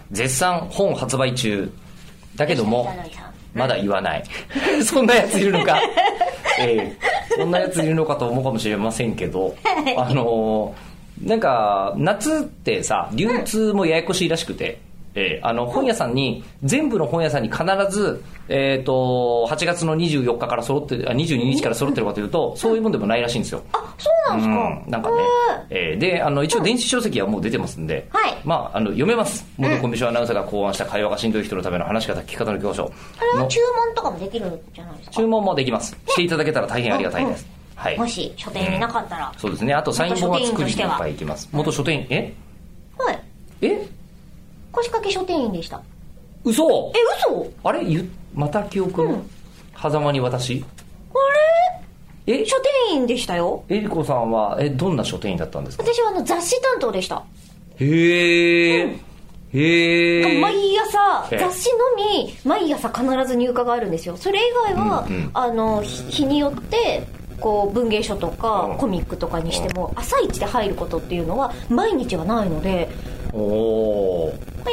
絶賛本発売中だけどもまだ言わないそんなやついるのか、そんなやついるのかと思うかもしれませんけどなんか夏ってさ流通もややこしいらしくて、本屋さんに全部の本屋さんに必ず、8月の24日から揃って22日から揃ってるかというとそういうもんでもないらしいんですよ。 あ、そうなんですか。 なんかね、で一応電子書籍はもう出てますんで、 はい、 まあ、読めます。元コミュ障アナウンサーが考案した会話がしんどい人のための話し方聞き方の教書。 あれは注文とかもできるんじゃないですか。 注文もできます。していただけたら大変ありがたいです。はい、 もし書店になかったら、 そうですね。あとサイン本は作りにいっぱい行きます。元書店員はい。腰掛け書店員でした。 嘘。 嘘。 あれまた記憶の狭間に私。 あれ？書店員でしたよ。 えりこさんはどんな書店員だったんですか？ 私は雑誌担当でした。 へえ。 毎朝雑誌のみ毎朝必ず入荷があるんですよ。それ以外は、日によってこう文芸書とかコミックとかにしても朝一で入ることっていうのは毎日はないので。 おー、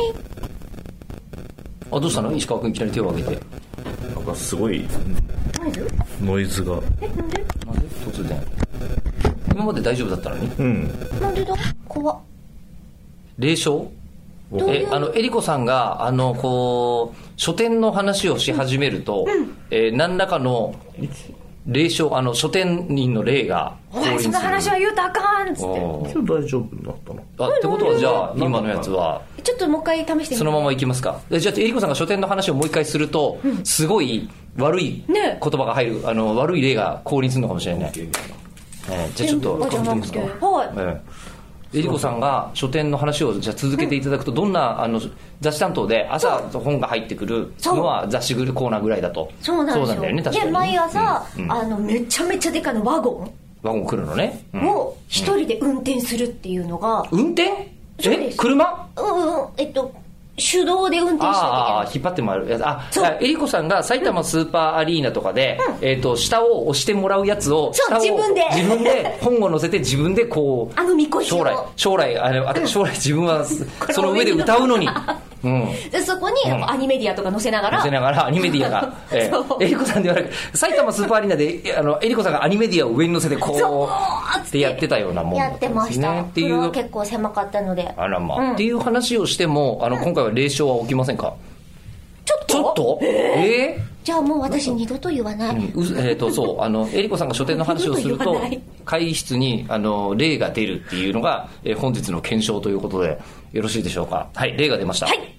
どうしたの？石川君いきなり手を挙げて。 なんかすごいノイズが。 なんで突然。今まで大丈夫だったのに。 なんでだ？怖っ。 霊障？えりこさんがこう書店の話をし始めると、何らかの霊障書店員の霊が降臨する。 その話は言うとあかんっつって。 今日大丈夫だったの？ ってことはじゃあ今のやつはちょっともう一回試してみて。 そのままいきますか。じゃあえりこさんが書店の話をもう一回すると、すごい悪い言葉が入る、悪い霊が降臨するのかもしれない。じゃあちょっと使ってみますか。えりこさんが書店の話をじゃあ続けていただくと、どんな雑誌担当で朝本が入ってくるのは雑誌コーナーぐらいだと。 そうなんですよ。 だよね、確かに。 で毎朝、めちゃめちゃでかいのワゴン来るのね、 を一人で運転するっていうのが。 運転？車？ 手動で運転しなきゃいけない。 引っ張ってもらうやつ。えりこさんが埼玉スーパーアリーナとかで、下を押してもらうやつを、 自分で本を載せて自分でこう、 みこしを将来自分はその上で歌うのに。 でそこにアニメディアとか載せながらアニメディアがえりこさんではなく埼玉スーパーアリーナでえりこさんがアニメディアを上に載せてこうってやってたようなもんだったんですね。 やってました。フロア結構狭かったので。 っていう話をしても今回は霊障は起きませんか？ちょっとじゃあもう私二度と言わない。 そうえりこさんが書店の話をすると会議室に霊が出るっていうのが本日の検証ということでよろしいでしょうか？はい、霊が出ました。 はい。